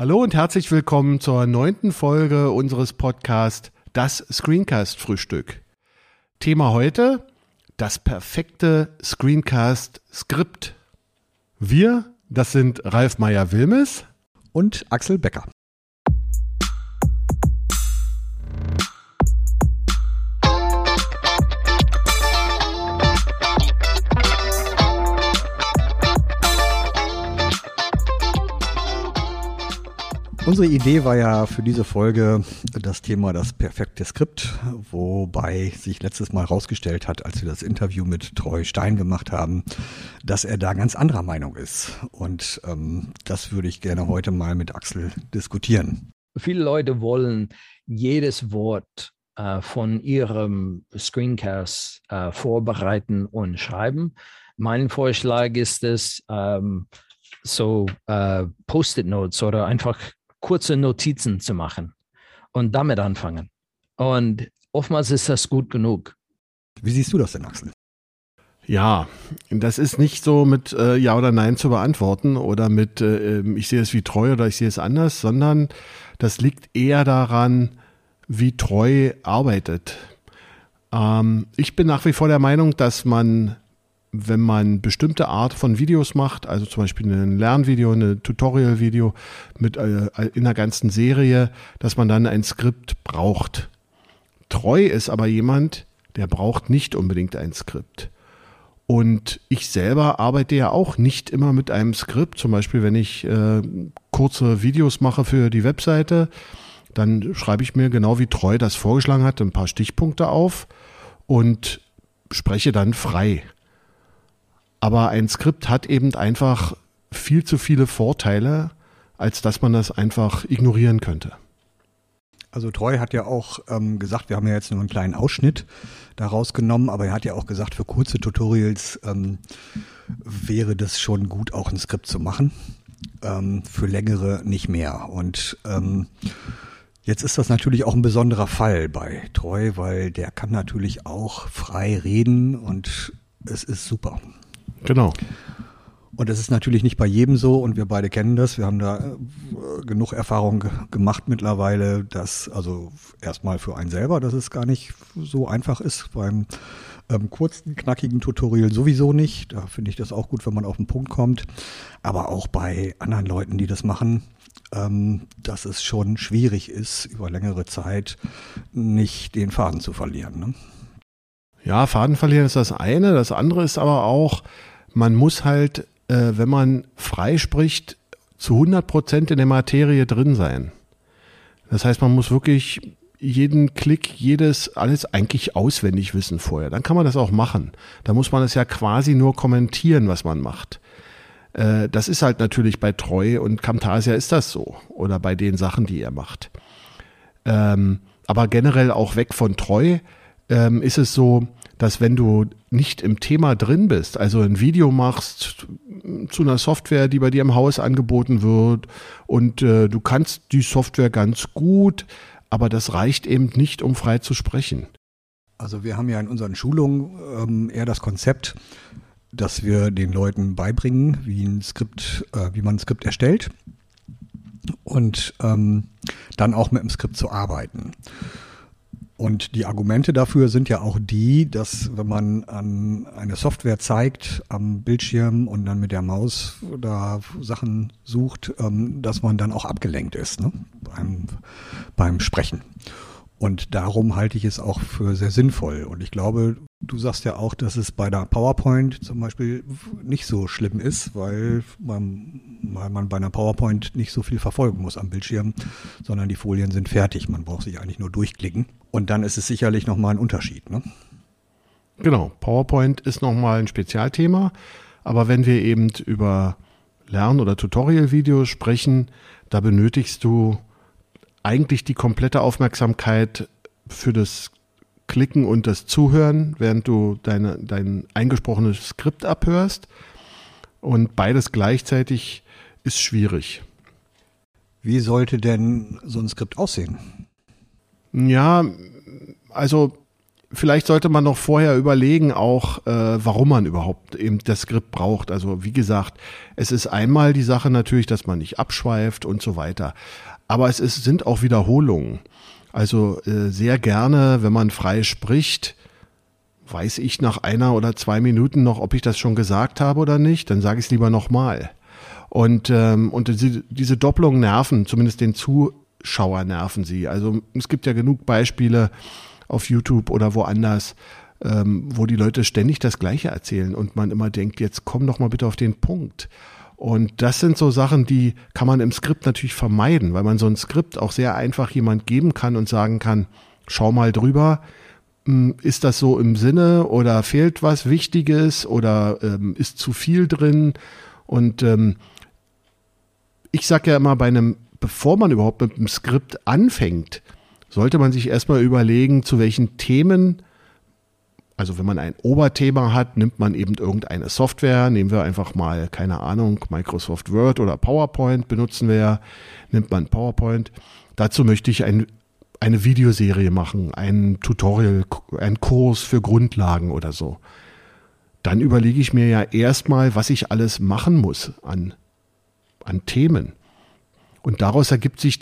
Hallo und herzlich willkommen zur 9. Folge unseres Podcasts Das Screencast-Frühstück. Thema heute: das perfekte Screencast-Skript. Wir, das sind Ralf Meyer-Wilmes und Axel Becker. Unsere Idee war ja für diese Folge das Thema das perfekte Skript, wobei sich letztes Mal herausgestellt hat, als wir das Interview mit Troy Stein gemacht haben, dass er da ganz anderer Meinung ist. Und das würde ich gerne heute mal mit Axel diskutieren. Viele Leute wollen jedes Wort von ihrem Screencast vorbereiten und schreiben. Mein Vorschlag ist es, Post-it-Notes oder einfach kurze Notizen zu machen und damit anfangen. Und oftmals ist das gut genug. Wie siehst du das denn, Axel? Ja, das ist nicht so mit Ja oder Nein zu beantworten oder mit ich sehe es wie Troy oder ich sehe es anders, sondern das liegt eher daran, wie Troy arbeitet. Ich bin nach wie vor der Meinung, dass man, wenn man bestimmte Art von Videos macht, also zum Beispiel ein Lernvideo, ein Tutorial-Video mit in einer ganzen Serie, dass man dann ein Skript braucht. Troy ist aber jemand, der braucht nicht unbedingt ein Skript. Und ich selber arbeite ja auch nicht immer mit einem Skript. Zum Beispiel, wenn ich kurze Videos mache für die Webseite, dann schreibe ich mir, genau wie Troy das vorgeschlagen hat, ein paar Stichpunkte auf und spreche dann frei. Aber ein Skript hat eben einfach viel zu viele Vorteile, als dass man das einfach ignorieren könnte. Also Troy hat ja auch gesagt, wir haben ja jetzt nur einen kleinen Ausschnitt daraus genommen, aber er hat ja auch gesagt, für kurze Tutorials wäre das schon gut, auch ein Skript zu machen. Für längere nicht mehr. Und jetzt ist das natürlich auch ein besonderer Fall bei Troy, weil der kann natürlich auch frei reden und es ist super. Genau. Und das ist natürlich nicht bei jedem so und wir beide kennen das. Wir haben da genug Erfahrung gemacht mittlerweile, dass also erstmal für einen selber, dass es gar nicht so einfach ist. Beim kurzen, knackigen Tutorial sowieso nicht. Da finde ich das auch gut, wenn man auf den Punkt kommt. Aber auch bei anderen Leuten, die das machen, dass es schon schwierig ist, über längere Zeit nicht den Faden zu verlieren, ne? Ja, Faden verlieren ist das eine. Das andere ist aber auch, man muss halt, wenn man frei spricht, zu 100% in der Materie drin sein. Das heißt, man muss wirklich jeden Klick, alles eigentlich auswendig wissen vorher. Dann kann man das auch machen. Da muss man es ja quasi nur kommentieren, was man macht. Das ist halt natürlich bei Troy und Camtasia ist das so. Oder bei den Sachen, die er macht. Aber generell auch weg von Troy ist es so, dass wenn du nicht im Thema drin bist, also ein Video machst zu einer Software, die bei dir im Haus angeboten wird und du kannst die Software ganz gut, aber das reicht eben nicht, um frei zu sprechen. Also wir haben ja in unseren Schulungen eher das Konzept, dass wir den Leuten beibringen, wie man ein Skript erstellt und dann auch mit dem Skript zu arbeiten. Und die Argumente dafür sind ja auch die, dass wenn man an eine Software zeigt am Bildschirm und dann mit der Maus da Sachen sucht, dass man dann auch abgelenkt ist, ne? Beim Sprechen. Und darum halte ich es auch für sehr sinnvoll. Und ich glaube, du sagst ja auch, dass es bei der PowerPoint zum Beispiel nicht so schlimm ist, weil man bei einer PowerPoint nicht so viel verfolgen muss am Bildschirm, sondern die Folien sind fertig. Man braucht sich eigentlich nur durchklicken. Und dann ist es sicherlich nochmal ein Unterschied, ne? Genau, PowerPoint ist nochmal ein Spezialthema. Aber wenn wir eben über Lern- oder Tutorial-Videos sprechen, da benötigst du eigentlich die komplette Aufmerksamkeit für das Klicken und das Zuhören, während du dein eingesprochenes Skript abhörst. Und beides gleichzeitig ist schwierig. Wie sollte denn so ein Skript aussehen? Ja, also vielleicht sollte man noch vorher überlegen auch, warum man überhaupt eben das Skript braucht. Also wie gesagt, es ist einmal die Sache natürlich, dass man nicht abschweift und so weiter. Aber sind auch Wiederholungen. Also sehr gerne, wenn man frei spricht, weiß ich nach 1 oder 2 Minuten noch, ob ich das schon gesagt habe oder nicht, dann sage ich es lieber nochmal. Und diese Doppelungen nerven, zumindest den Zuschauer nerven sie. Also es gibt ja genug Beispiele auf YouTube oder woanders, wo die Leute ständig das Gleiche erzählen und man immer denkt, jetzt komm doch mal bitte auf den Punkt. Und das sind so Sachen, die kann man im Skript natürlich vermeiden, weil man so ein Skript auch sehr einfach jemand geben kann und sagen kann, schau mal drüber, ist das so im Sinne oder fehlt was Wichtiges oder ist zu viel drin? Und ich sage ja immer, bevor man überhaupt mit dem Skript anfängt, sollte man sich erstmal überlegen, zu welchen Themen, also wenn man ein Oberthema hat, nimmt man eben irgendeine Software, nehmen wir einfach mal, keine Ahnung, Microsoft Word oder PowerPoint benutzen wir, nimmt man PowerPoint. Dazu möchte ich eine Videoserie machen, ein Tutorial, einen Kurs für Grundlagen oder so. Dann überlege ich mir ja erstmal, was ich alles machen muss an Themen. Und daraus ergeben sich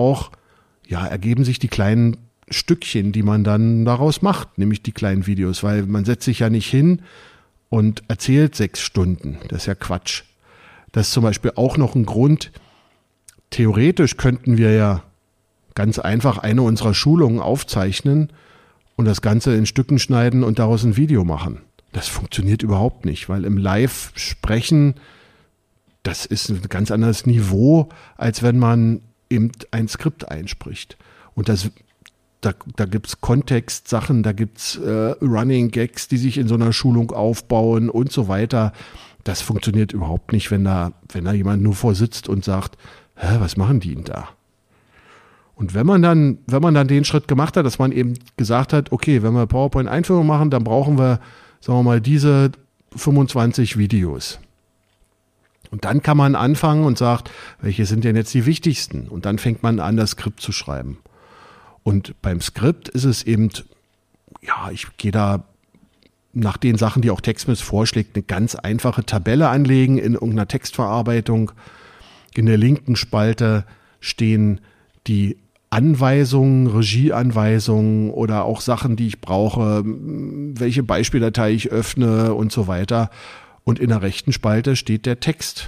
die kleinen Stückchen, die man dann daraus macht, nämlich die kleinen Videos, weil man setzt sich ja nicht hin und erzählt 6 Stunden. Das ist ja Quatsch. Das ist zum Beispiel auch noch ein Grund. Theoretisch könnten wir ja ganz einfach eine unserer Schulungen aufzeichnen und das Ganze in Stücken schneiden und daraus ein Video machen. Das funktioniert überhaupt nicht, weil im Live-Sprechen, das ist ein ganz anderes Niveau, als wenn man eben ein Skript einspricht. Und da gibt es Kontextsachen, da gibt es Running Gags, die sich in so einer Schulung aufbauen und so weiter. Das funktioniert überhaupt nicht, wenn da jemand nur vorsitzt und sagt, was machen die denn da? Und wenn man dann den Schritt gemacht hat, dass man eben gesagt hat, okay, wenn wir PowerPoint-Einführung machen, dann brauchen wir, sagen wir mal, diese 25 Videos. Und dann kann man anfangen und sagt, welche sind denn jetzt die wichtigsten? Und dann fängt man an, das Skript zu schreiben. Und beim Skript ist es eben, ich gehe da nach den Sachen, die auch TextMiss vorschlägt, eine ganz einfache Tabelle anlegen in irgendeiner Textverarbeitung. In der linken Spalte stehen die Anweisungen, Regieanweisungen oder auch Sachen, die ich brauche, welche Beispieldatei ich öffne und so weiter. Und in der rechten Spalte steht der Text.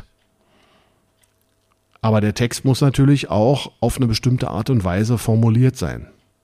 Aber der Text muss natürlich auch auf eine bestimmte Art und Weise formuliert sein.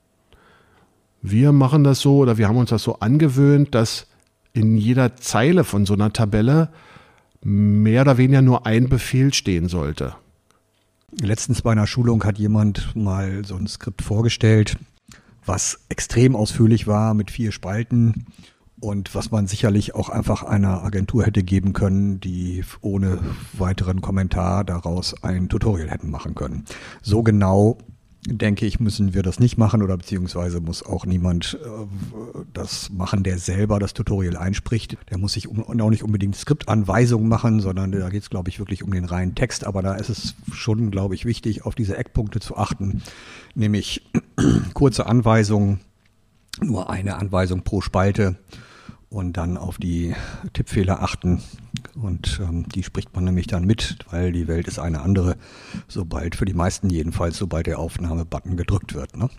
Wir machen das so, oder wir haben uns das so angewöhnt, dass in jeder Zeile von so einer Tabelle mehr oder weniger nur ein Befehl stehen sollte. Letztens bei einer Schulung hat jemand mal so ein Skript vorgestellt, was extrem ausführlich war mit 4 Spalten und was man sicherlich auch einfach einer Agentur hätte geben können, die ohne weiteren Kommentar daraus ein Tutorial hätten machen können. So genau, denke ich, müssen wir das nicht machen oder beziehungsweise muss auch niemand das machen, der selber das Tutorial einspricht. Der muss sich auch nicht unbedingt Skriptanweisungen machen, sondern da geht es, glaube ich, wirklich um den reinen Text. Aber da ist es schon, glaube ich, wichtig, auf diese Eckpunkte zu achten, nämlich kurze Anweisungen, nur eine Anweisung pro Spalte und dann auf die Tippfehler achten. Und die spricht man nämlich dann mit, weil die Welt ist eine andere, für die meisten jedenfalls, sobald der Aufnahmebutton gedrückt wird. Ne?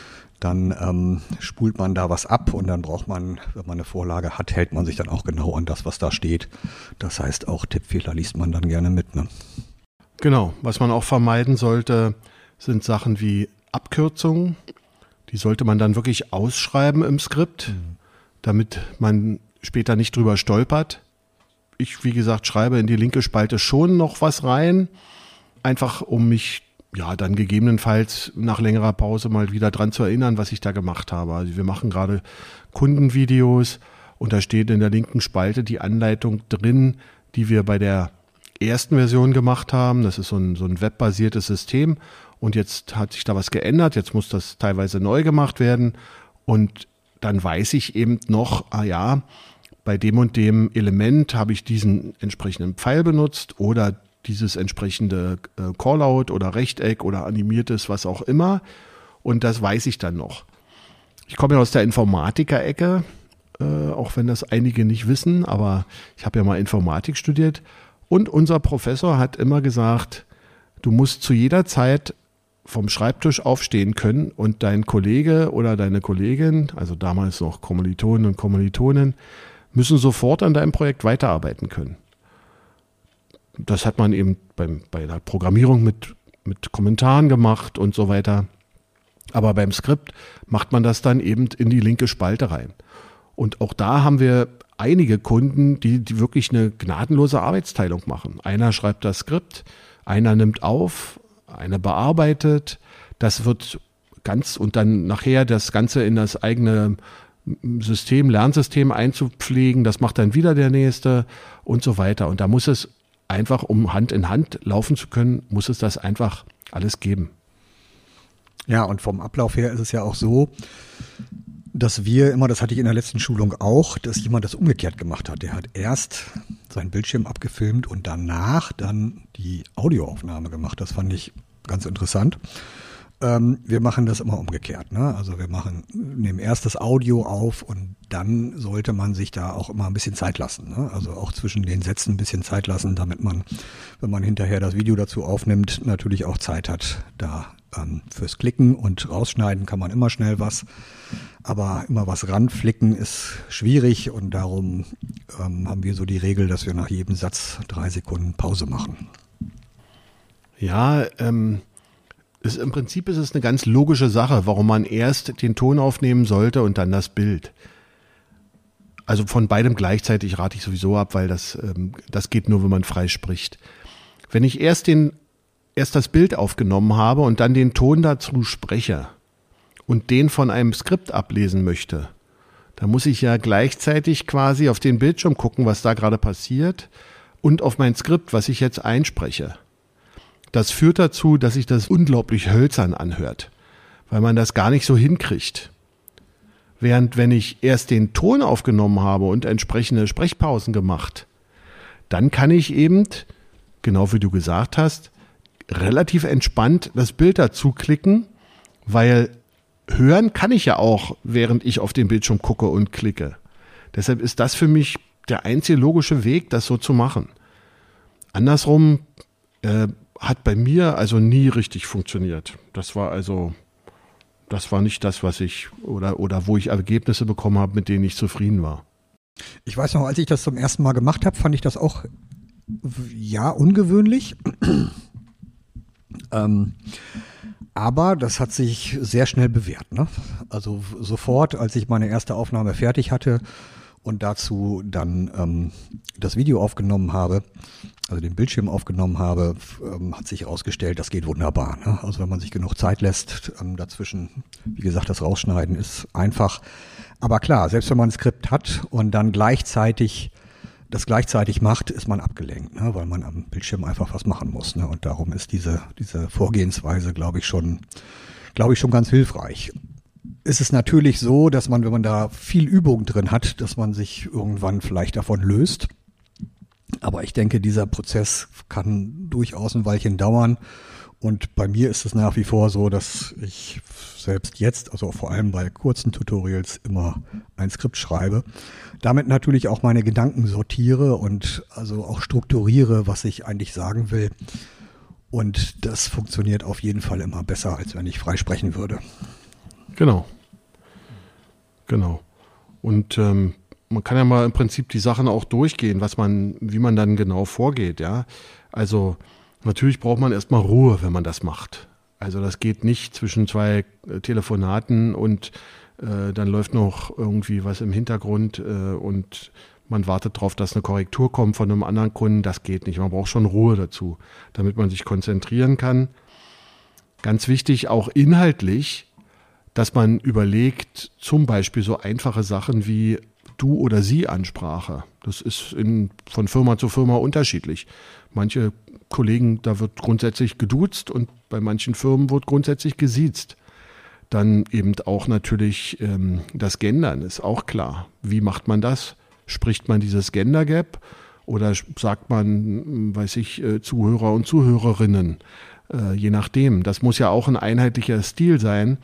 Dann spult man da was ab und dann braucht man, wenn man eine Vorlage hat, hält man sich dann auch genau an das, was da steht. Das heißt, auch Tippfehler liest man dann gerne mit. Ne? Genau, was man auch vermeiden sollte, sind Sachen wie Abkürzungen. Die sollte man dann wirklich ausschreiben im Skript, damit man später nicht drüber stolpert. Ich, wie gesagt, schreibe in die linke Spalte schon noch was rein, einfach um mich dann gegebenenfalls nach längerer Pause mal wieder dran zu erinnern, was ich da gemacht habe. Also wir machen gerade Kundenvideos und da steht in der linken Spalte die Anleitung drin, die wir bei der ersten Version gemacht haben. Das ist so ein webbasiertes System und jetzt hat sich da was geändert, jetzt muss das teilweise neu gemacht werden und dann weiß ich eben noch, bei dem und dem Element habe ich diesen entsprechenden Pfeil benutzt oder dieses entsprechende Callout oder Rechteck oder animiertes, was auch immer. Und das weiß ich dann noch. Ich komme ja aus der Informatiker-Ecke, auch wenn das einige nicht wissen, aber ich habe ja mal Informatik studiert. Und unser Professor hat immer gesagt, du musst zu jeder Zeit vom Schreibtisch aufstehen können und dein Kollege oder deine Kollegin, also damals noch Kommilitonen und Kommilitonen, müssen sofort an deinem Projekt weiterarbeiten können. Das hat man eben bei der Programmierung mit Kommentaren gemacht und so weiter. Aber beim Skript macht man das dann eben in die linke Spalte rein. Und auch da haben wir einige Kunden, die wirklich eine gnadenlose Arbeitsteilung machen. Einer schreibt das Skript, einer nimmt auf, einer bearbeitet. Das wird und dann nachher das Ganze in das eigene Lernsystem einzupflegen. Das macht dann wieder der Nächste und so weiter. Und da muss es einfach, um Hand in Hand laufen zu können, muss es das einfach alles geben. Ja, und vom Ablauf her ist es ja auch so, dass wir immer, das hatte ich in der letzten Schulung auch, dass jemand das umgekehrt gemacht hat. Der hat erst seinen Bildschirm abgefilmt und danach dann die Audioaufnahme gemacht. Das fand ich ganz interessant. Wir machen das immer umgekehrt, ne? Also wir nehmen erst das Audio auf und dann sollte man sich da auch immer ein bisschen Zeit lassen, ne? Also auch zwischen den Sätzen ein bisschen Zeit lassen, damit man, wenn man hinterher das Video dazu aufnimmt, natürlich auch Zeit hat, da fürs Klicken und Rausschneiden kann man immer schnell was, aber immer was ranflicken ist schwierig und darum haben wir so die Regel, dass wir nach jedem Satz 3 Sekunden Pause machen. Ja, im Prinzip ist es eine ganz logische Sache, warum man erst den Ton aufnehmen sollte und dann das Bild. Also von beidem gleichzeitig rate ich sowieso ab, weil das geht nur, wenn man frei spricht. Wenn ich erst das Bild aufgenommen habe und dann den Ton dazu spreche und den von einem Skript ablesen möchte, dann muss ich ja gleichzeitig quasi auf den Bildschirm gucken, was da gerade passiert und auf mein Skript, was ich jetzt einspreche. Das führt dazu, dass sich das unglaublich hölzern anhört, weil man das gar nicht so hinkriegt. Während wenn ich erst den Ton aufgenommen habe und entsprechende Sprechpausen gemacht, dann kann ich eben, genau wie du gesagt hast, relativ entspannt das Bild dazu klicken, weil hören kann ich ja auch, während ich auf den Bildschirm gucke und klicke. Deshalb ist das für mich der einzige logische Weg, das so zu machen. Andersrum hat bei mir also nie richtig funktioniert. Das war nicht das, was ich oder wo ich Ergebnisse bekommen habe, mit denen ich zufrieden war. Ich weiß noch, als ich das zum ersten Mal gemacht habe, fand ich das auch ungewöhnlich. Aber das hat sich sehr schnell bewährt, ne? Also sofort, als ich meine erste Aufnahme fertig hatte und dazu dann das Video aufgenommen habe, also den Bildschirm aufgenommen habe, hat sich herausgestellt, das geht wunderbar, ne? Also wenn man sich genug Zeit lässt, dazwischen, wie gesagt, das Rausschneiden ist einfach. Aber klar, selbst wenn man ein Skript hat und dann gleichzeitig macht, ist man abgelenkt, ne? Weil man am Bildschirm einfach was machen muss, ne? Und darum ist diese Vorgehensweise, glaube ich, schon ganz hilfreich. Ist es natürlich so, dass man, wenn man da viel Übung drin hat, dass man sich irgendwann vielleicht davon löst. Aber ich denke, dieser Prozess kann durchaus ein Weilchen dauern. Und bei mir ist es nach wie vor so, dass ich selbst jetzt, also vor allem bei kurzen Tutorials, immer ein Skript schreibe. Damit natürlich auch meine Gedanken sortiere und also auch strukturiere, was ich eigentlich sagen will. Und das funktioniert auf jeden Fall immer besser, als wenn ich frei sprechen würde. Genau. Und man kann ja mal im Prinzip die Sachen auch durchgehen, wie man dann genau vorgeht, ja. Also natürlich braucht man erstmal Ruhe, wenn man das macht. Also das geht nicht zwischen 2 Telefonaten und dann läuft noch irgendwie was im Hintergrund und man wartet darauf, dass eine Korrektur kommt von einem anderen Kunden. Das geht nicht. Man braucht schon Ruhe dazu, damit man sich konzentrieren kann. Ganz wichtig, auch inhaltlich, dass man überlegt, zum Beispiel so einfache Sachen wie Du- oder Sie-Ansprache. Das ist von Firma zu Firma unterschiedlich. Manche Kollegen, da wird grundsätzlich geduzt und bei manchen Firmen wird grundsätzlich gesiezt. Dann eben auch natürlich das Gendern ist auch klar. Wie macht man das? Spricht man dieses Gender Gap oder sagt man, Zuhörer und Zuhörerinnen? Je nachdem. Das muss ja auch ein einheitlicher Stil sein.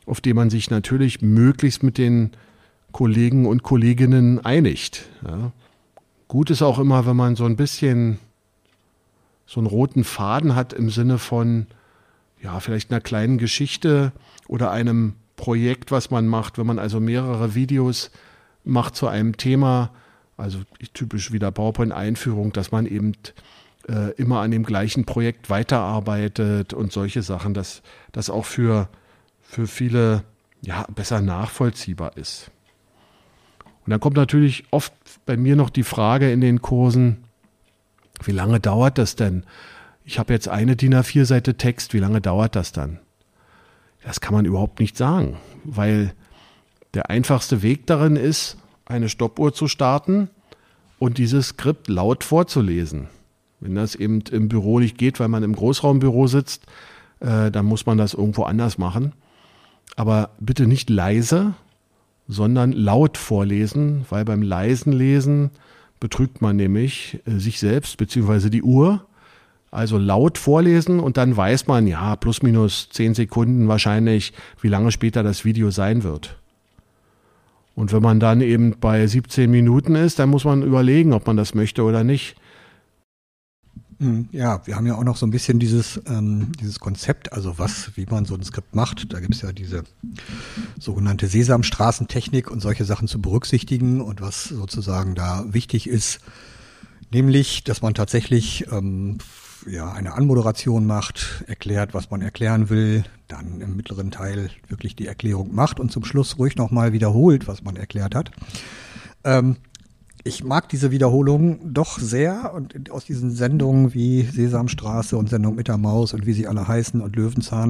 auf den man sich natürlich möglichst mit den Kollegen und Kolleginnen einigt. Ja. Gut ist auch immer, wenn man so ein bisschen so einen roten Faden hat im Sinne von, ja, vielleicht einer kleinen Geschichte oder einem Projekt, was man macht, wenn man also mehrere Videos macht zu einem Thema, also typisch wieder PowerPoint-Einführung, dass man eben immer an dem gleichen Projekt weiterarbeitet und solche Sachen, dass das auch für viele besser nachvollziehbar ist. Und dann kommt natürlich oft bei mir noch die Frage in den Kursen, wie lange dauert das denn? Ich habe jetzt eine DIN A4-Seite Text, wie lange dauert das dann? Das kann man überhaupt nicht sagen, weil der einfachste Weg darin ist, eine Stoppuhr zu starten und dieses Skript laut vorzulesen. Wenn das eben im Büro nicht geht, weil man im Großraumbüro sitzt, dann muss man das irgendwo anders machen. Aber bitte nicht leise, sondern laut vorlesen, weil beim leisen Lesen betrügt man nämlich sich selbst bzw. die Uhr. Also laut vorlesen und dann weiß man, ja, plus minus 10 Sekunden wahrscheinlich, wie lange später das Video sein wird. Und wenn man dann eben bei 17 Minuten ist, dann muss man überlegen, ob man das möchte oder nicht. Ja, wir haben ja auch noch so ein bisschen dieses Konzept, also wie man so ein Skript macht. Da gibt es ja diese sogenannte Sesamstraßentechnik und solche Sachen zu berücksichtigen und was sozusagen da wichtig ist, nämlich, dass man tatsächlich eine Anmoderation macht, erklärt, was man erklären will, dann im mittleren Teil wirklich die Erklärung macht und zum Schluss ruhig nochmal wiederholt, was man erklärt hat. Ich mag diese Wiederholung doch sehr und aus diesen Sendungen wie Sesamstraße und Sendung mit der Maus und wie sie alle heißen und Löwenzahn,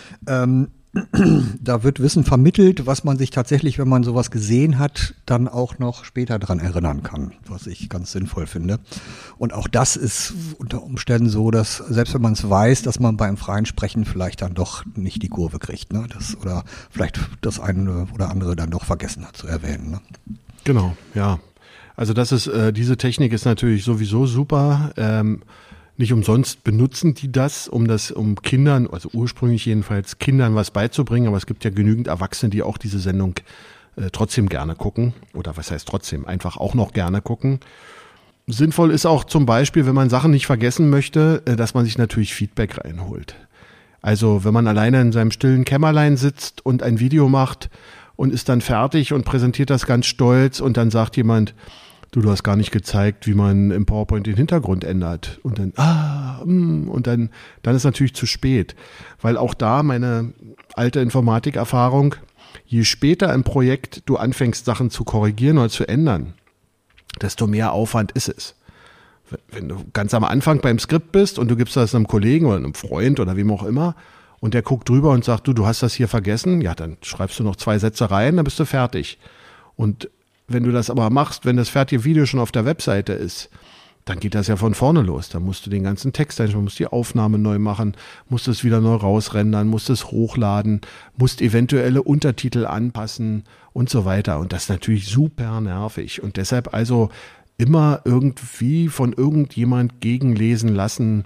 da wird Wissen vermittelt, was man sich tatsächlich, wenn man sowas gesehen hat, dann auch noch später dran erinnern kann, was ich ganz sinnvoll finde. Und auch das ist unter Umständen so, dass selbst wenn man es weiß, dass man beim freien Sprechen vielleicht dann doch nicht die Kurve kriegt, ne? Oder vielleicht das eine oder andere dann doch vergessen hat zu erwähnen. Ne? Genau, ja. Also diese Technik ist natürlich sowieso super. Nicht umsonst benutzen die das, um Kindern, also ursprünglich jedenfalls Kindern was beizubringen. Aber es gibt ja genügend Erwachsene, die auch diese Sendung trotzdem gerne gucken. Oder was heißt trotzdem? Einfach auch noch gerne gucken. Sinnvoll ist auch zum Beispiel, wenn man Sachen nicht vergessen möchte, dass man sich natürlich Feedback reinholt. Also wenn man alleine in seinem stillen Kämmerlein sitzt und ein Video macht und ist dann fertig und präsentiert das ganz stolz und dann sagt jemand, du hast gar nicht gezeigt, wie man im PowerPoint den Hintergrund ändert. Und dann, und dann ist natürlich zu spät. Weil auch da meine alte Informatikerfahrung, je später im Projekt du anfängst, Sachen zu korrigieren oder zu ändern, desto mehr Aufwand ist es. Wenn du ganz am Anfang beim Skript bist und du gibst das einem Kollegen oder einem Freund oder wem auch immer und der guckt drüber und sagt, du hast das hier vergessen, ja, dann schreibst du noch 2 Sätze rein, dann bist du fertig. Und wenn du das aber machst, wenn das fertige Video schon auf der Webseite ist, dann geht das ja von vorne los. Dann musst du den ganzen Text einstellen, musst die Aufnahme neu machen, musst es wieder neu rausrendern, musst es hochladen, musst eventuelle Untertitel anpassen und so weiter. Und das ist natürlich super nervig. Und deshalb also immer irgendwie von irgendjemand gegenlesen lassen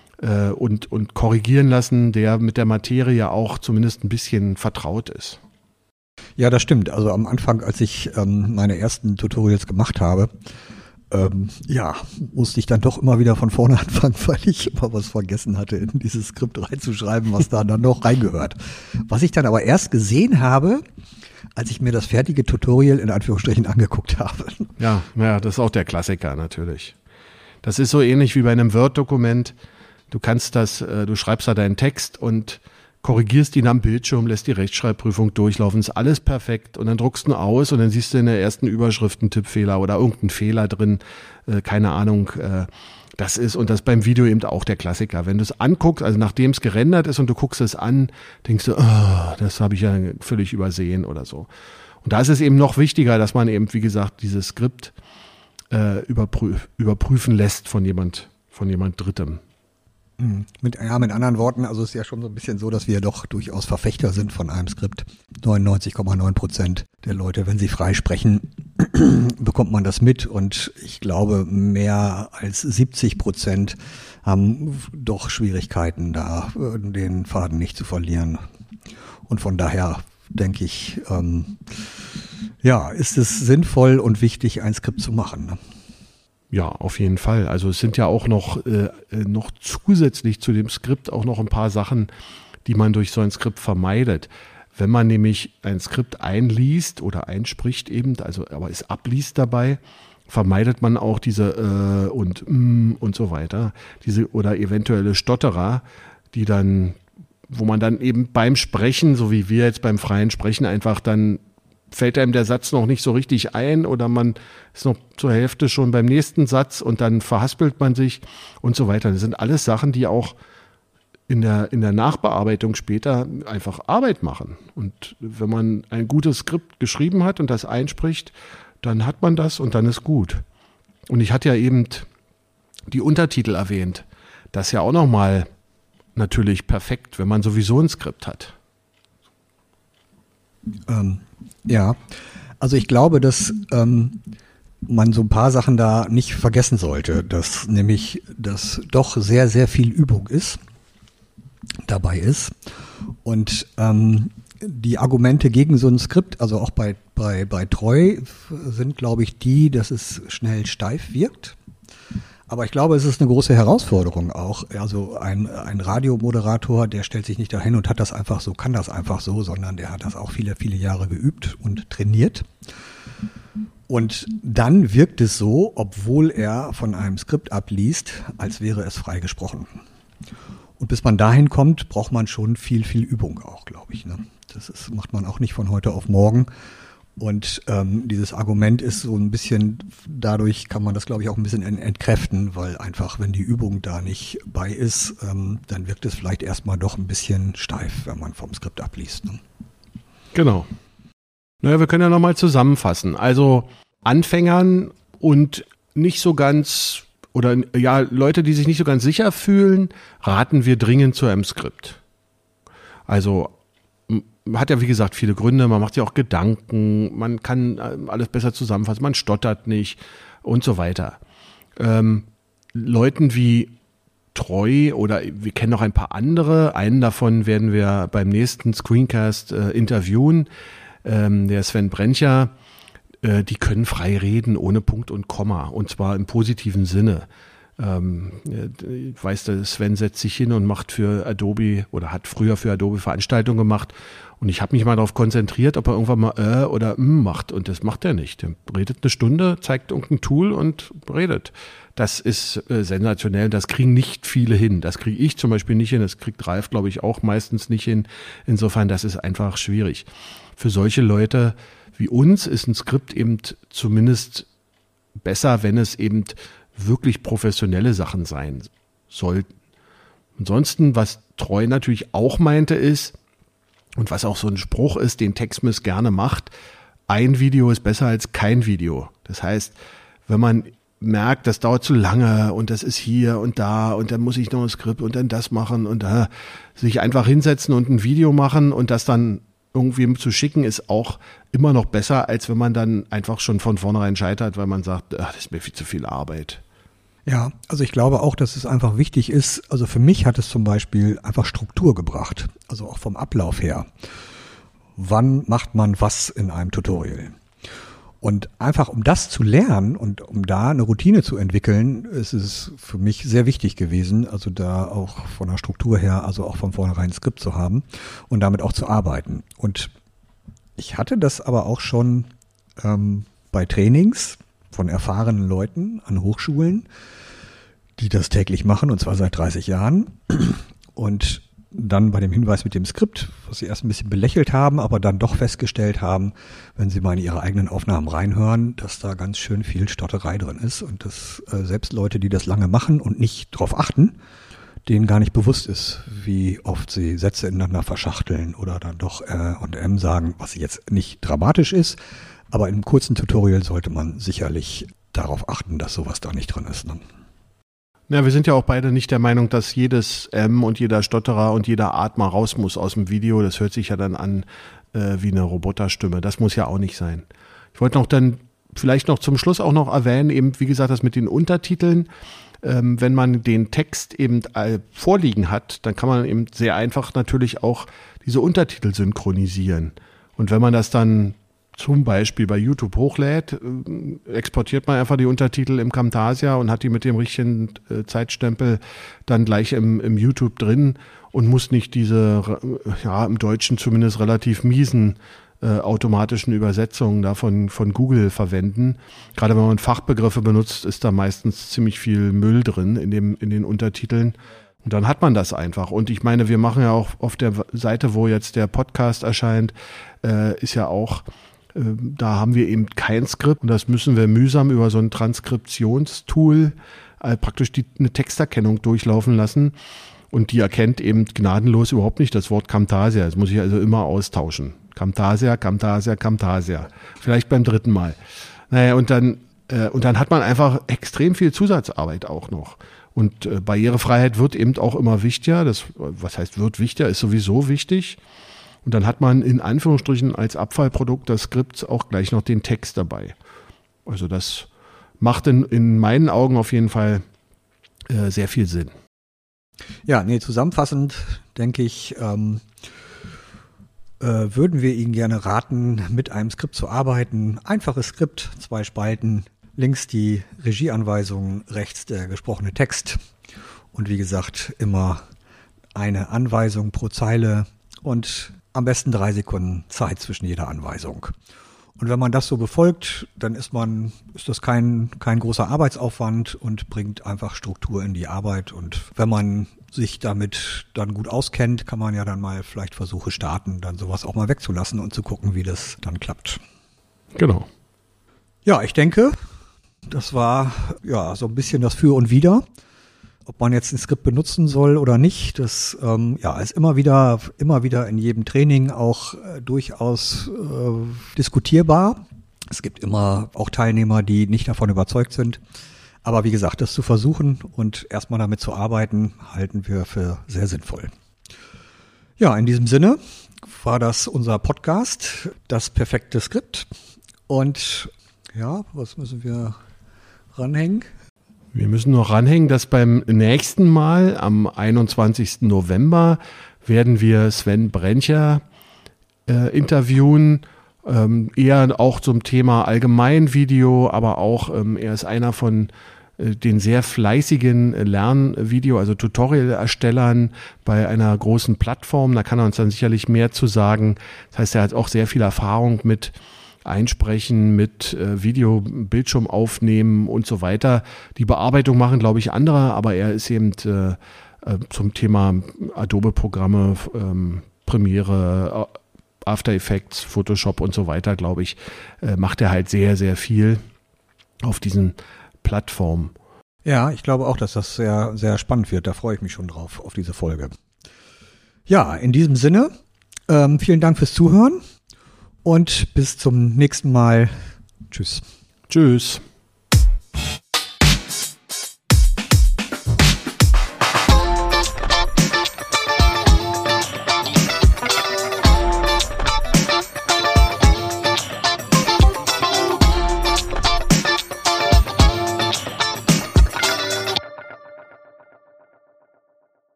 und korrigieren lassen, der mit der Materie auch zumindest ein bisschen vertraut ist. Ja, das stimmt. Also am Anfang, als ich meine ersten Tutorials gemacht habe, musste ich dann doch immer wieder von vorne anfangen, weil ich immer was vergessen hatte, in dieses Skript reinzuschreiben, was da dann noch reingehört. Was ich dann aber erst gesehen habe, als ich mir das fertige Tutorial in Anführungsstrichen angeguckt habe. Ja, das ist auch der Klassiker natürlich. Das ist so ähnlich wie bei einem Word-Dokument. Du schreibst da deinen Text und korrigierst ihn am Bildschirm, lässt die Rechtschreibprüfung durchlaufen, ist alles perfekt und dann druckst du ihn aus und dann siehst du in der ersten Überschrift einen Tippfehler oder irgendeinen Fehler drin, keine Ahnung, das ist beim Video eben auch der Klassiker. Wenn du es anguckst, also nachdem es gerendert ist und du guckst es an, denkst du, das habe ich ja völlig übersehen oder so. Und da ist es eben noch wichtiger, dass man eben, wie gesagt, dieses Skript überprüfen lässt von jemand Drittem. Mit anderen Worten, also es ist ja schon so ein bisschen so, dass wir doch durchaus Verfechter sind von einem Skript. 99,9% der Leute, wenn sie frei sprechen, bekommt man das mit und ich glaube, mehr als 70% haben doch Schwierigkeiten, da den Faden nicht zu verlieren. Und von daher denke ich, ist es sinnvoll und wichtig, ein Skript zu machen. Ne? Ja, auf jeden Fall. Also es sind ja auch noch zusätzlich zu dem Skript auch noch ein paar Sachen, die man durch so ein Skript vermeidet. Wenn man nämlich ein Skript einliest oder einspricht eben, also aber es abliest dabei, vermeidet man auch diese und so weiter, diese oder eventuelle Stotterer, die dann, wo man dann eben beim Sprechen, so wie wir jetzt beim freien Sprechen, einfach dann fällt einem der Satz noch nicht so richtig ein oder man ist noch zur Hälfte schon beim nächsten Satz und dann verhaspelt man sich und so weiter. Das sind alles Sachen, die auch in der Nachbearbeitung später einfach Arbeit machen. Und wenn man ein gutes Skript geschrieben hat und das einspricht, dann hat man das und dann ist gut. Und ich hatte ja eben die Untertitel erwähnt. Das ist ja auch nochmal natürlich perfekt, wenn man sowieso ein Skript hat. Also ich glaube, dass man so ein paar Sachen da nicht vergessen sollte, dass nämlich das doch sehr, sehr viel Übung dabei ist. Und die Argumente gegen so ein Skript, also auch bei Treu, sind, glaube ich, dass es schnell steif wirkt. Aber ich glaube, es ist eine große Herausforderung auch. Also ein Radiomoderator, der stellt sich nicht dahin und hat das einfach so, kann das einfach so, sondern der hat das auch viele, viele Jahre geübt und trainiert. Und dann wirkt es so, obwohl er von einem Skript abliest, als wäre es frei gesprochen. Und bis man dahin kommt, braucht man schon viel, viel Übung auch, glaube ich. Ne? Macht man auch nicht von heute auf morgen. Und dieses Argument ist so ein bisschen, dadurch kann man das, glaube ich, auch ein bisschen entkräften, weil einfach, wenn die Übung da nicht bei ist, dann wirkt es vielleicht erstmal doch ein bisschen steif, wenn man vom Skript abliest. Ne? Genau. Naja, wir können ja nochmal zusammenfassen. Also Anfängern und nicht so ganz, oder ja, Leute, die sich nicht so ganz sicher fühlen, raten wir dringend zu einem Skript. Also hat ja, wie gesagt, viele Gründe, man macht sich auch Gedanken, man kann alles besser zusammenfassen, man stottert nicht und so weiter. Leuten wie Treu oder wir kennen noch ein paar andere, einen davon werden wir beim nächsten Screencast interviewen, der Sven Brencher, die können frei reden ohne Punkt und Komma und zwar im positiven Sinne. Ich weiß, der Sven setzt sich hin und macht für Adobe oder hat früher für Adobe Veranstaltungen gemacht und ich habe mich mal darauf konzentriert, ob er irgendwann mal oder macht und das macht er nicht. Er redet eine Stunde, zeigt irgendein Tool und redet. Das ist sensationell, das kriegen nicht viele hin. Das kriege ich zum Beispiel nicht hin, das kriegt Ralf, glaube ich, auch meistens nicht hin. Insofern, das ist einfach schwierig. Für solche Leute wie uns ist ein Skript eben zumindest besser, wenn es eben wirklich professionelle Sachen sein sollten. Ansonsten, was Treu natürlich auch meinte ist, und was auch so ein Spruch ist, den TechSmith gerne macht, ein Video ist besser als kein Video. Das heißt, wenn man merkt, das dauert zu lange und das ist hier und da und dann muss ich noch ein Skript und dann das machen und da sich einfach hinsetzen und ein Video machen und das dann irgendwie zu schicken, ist auch immer noch besser, als wenn man dann einfach schon von vornherein scheitert, weil man sagt, das ist mir viel zu viel Arbeit. Ja, also ich glaube auch, dass es einfach wichtig ist, also für mich hat es zum Beispiel einfach Struktur gebracht, also auch vom Ablauf her. Wann macht man was in einem Tutorial? Und einfach um das zu lernen und um da eine Routine zu entwickeln, ist es für mich sehr wichtig gewesen, also da auch von der Struktur her, also auch von vornherein ein Skript zu haben und damit auch zu arbeiten. Und ich hatte das aber auch schon bei Trainings von erfahrenen Leuten an Hochschulen, die das täglich machen, und zwar seit 30 Jahren. Und dann bei dem Hinweis mit dem Skript, was sie erst ein bisschen belächelt haben, aber dann doch festgestellt haben, wenn sie mal in ihre eigenen Aufnahmen reinhören, dass da ganz schön viel Stotterei drin ist und dass selbst Leute, die das lange machen und nicht drauf achten, denen gar nicht bewusst ist, wie oft sie Sätze ineinander verschachteln oder dann doch und sagen, was jetzt nicht dramatisch ist, aber in einem kurzen Tutorial sollte man sicherlich darauf achten, dass sowas da nicht drin ist. Ne? Ja, wir sind ja auch beide nicht der Meinung, dass jedes M und jeder Stotterer und jeder Atmer raus muss aus dem Video. Das hört sich ja dann an wie eine Roboterstimme. Das muss ja auch nicht sein. Ich wollte noch dann vielleicht noch zum Schluss auch noch erwähnen, eben wie gesagt, das mit den Untertiteln. Wenn man den Text eben vorliegen hat, dann kann man eben sehr einfach natürlich auch diese Untertitel synchronisieren. Und wenn man das dann zum Beispiel bei YouTube hochlädt, exportiert man einfach die Untertitel im Camtasia und hat die mit dem richtigen Zeitstempel dann gleich im YouTube drin und muss nicht diese, ja, im Deutschen zumindest relativ miesen automatischen Übersetzungen da von Google verwenden. Gerade wenn man Fachbegriffe benutzt, ist da meistens ziemlich viel Müll drin in den Untertiteln. Und dann hat man das einfach. Und ich meine, wir machen ja auch auf der Seite, wo jetzt der Podcast erscheint, ist ja auch, da haben wir eben kein Skript und das müssen wir mühsam über so ein Transkriptionstool praktisch eine Texterkennung durchlaufen lassen. Und die erkennt eben gnadenlos überhaupt nicht das Wort Camtasia. Das muss ich also immer austauschen. Camtasia, Camtasia, Camtasia. Vielleicht beim dritten Mal. Naja, und dann hat man einfach extrem viel Zusatzarbeit auch noch. Und Barrierefreiheit wird eben auch immer wichtiger. Was heißt wird wichtiger, ist sowieso wichtig. Und dann hat man in Anführungsstrichen als Abfallprodukt des Skripts auch gleich noch den Text dabei. Also das macht in meinen Augen auf jeden Fall sehr viel Sinn. Ja, zusammenfassend denke ich, würden wir Ihnen gerne raten, mit einem Skript zu arbeiten. Einfaches Skript, 2 Spalten, links die Regieanweisungen, rechts der gesprochene Text. Und wie gesagt, immer eine Anweisung pro Zeile und am besten 3 Sekunden Zeit zwischen jeder Anweisung. Und wenn man das so befolgt, dann ist das kein großer Arbeitsaufwand und bringt einfach Struktur in die Arbeit. Und wenn man sich damit dann gut auskennt, kann man ja dann mal vielleicht Versuche starten, dann sowas auch mal wegzulassen und zu gucken, wie das dann klappt. Genau. Ja, ich denke, das war ja so ein bisschen das Für und Wider. Ob man jetzt ein Skript benutzen soll oder nicht, das ist immer wieder in jedem Training auch durchaus diskutierbar. Es gibt immer auch Teilnehmer, die nicht davon überzeugt sind. Aber wie gesagt, das zu versuchen und erstmal damit zu arbeiten, halten wir für sehr sinnvoll. Ja, in diesem Sinne war das unser Podcast, das perfekte Skript. Und ja, was müssen wir ranhängen? Wir müssen noch ranhängen, dass beim nächsten Mal, am 21. November, werden wir Sven Brencher interviewen. Eher auch zum Thema Allgemeinvideo, aber auch er ist einer von den sehr fleißigen Lernvideo, also Tutorial-Erstellern bei einer großen Plattform. Da kann er uns dann sicherlich mehr zu sagen. Das heißt, er hat auch sehr viel Erfahrung mit Einsprechen, mit Video, Bildschirm aufnehmen und so weiter. Die Bearbeitung machen, glaube ich, andere, aber er ist eben zum Thema Adobe-Programme, Premiere, After Effects, Photoshop und so weiter, glaube ich, macht er halt sehr, sehr viel auf diesen Plattformen. Ja, ich glaube auch, dass das sehr, sehr spannend wird. Da freue ich mich schon drauf, auf diese Folge. Ja, in diesem Sinne, vielen Dank fürs Zuhören und bis zum nächsten Mal. Tschüss. Tschüss.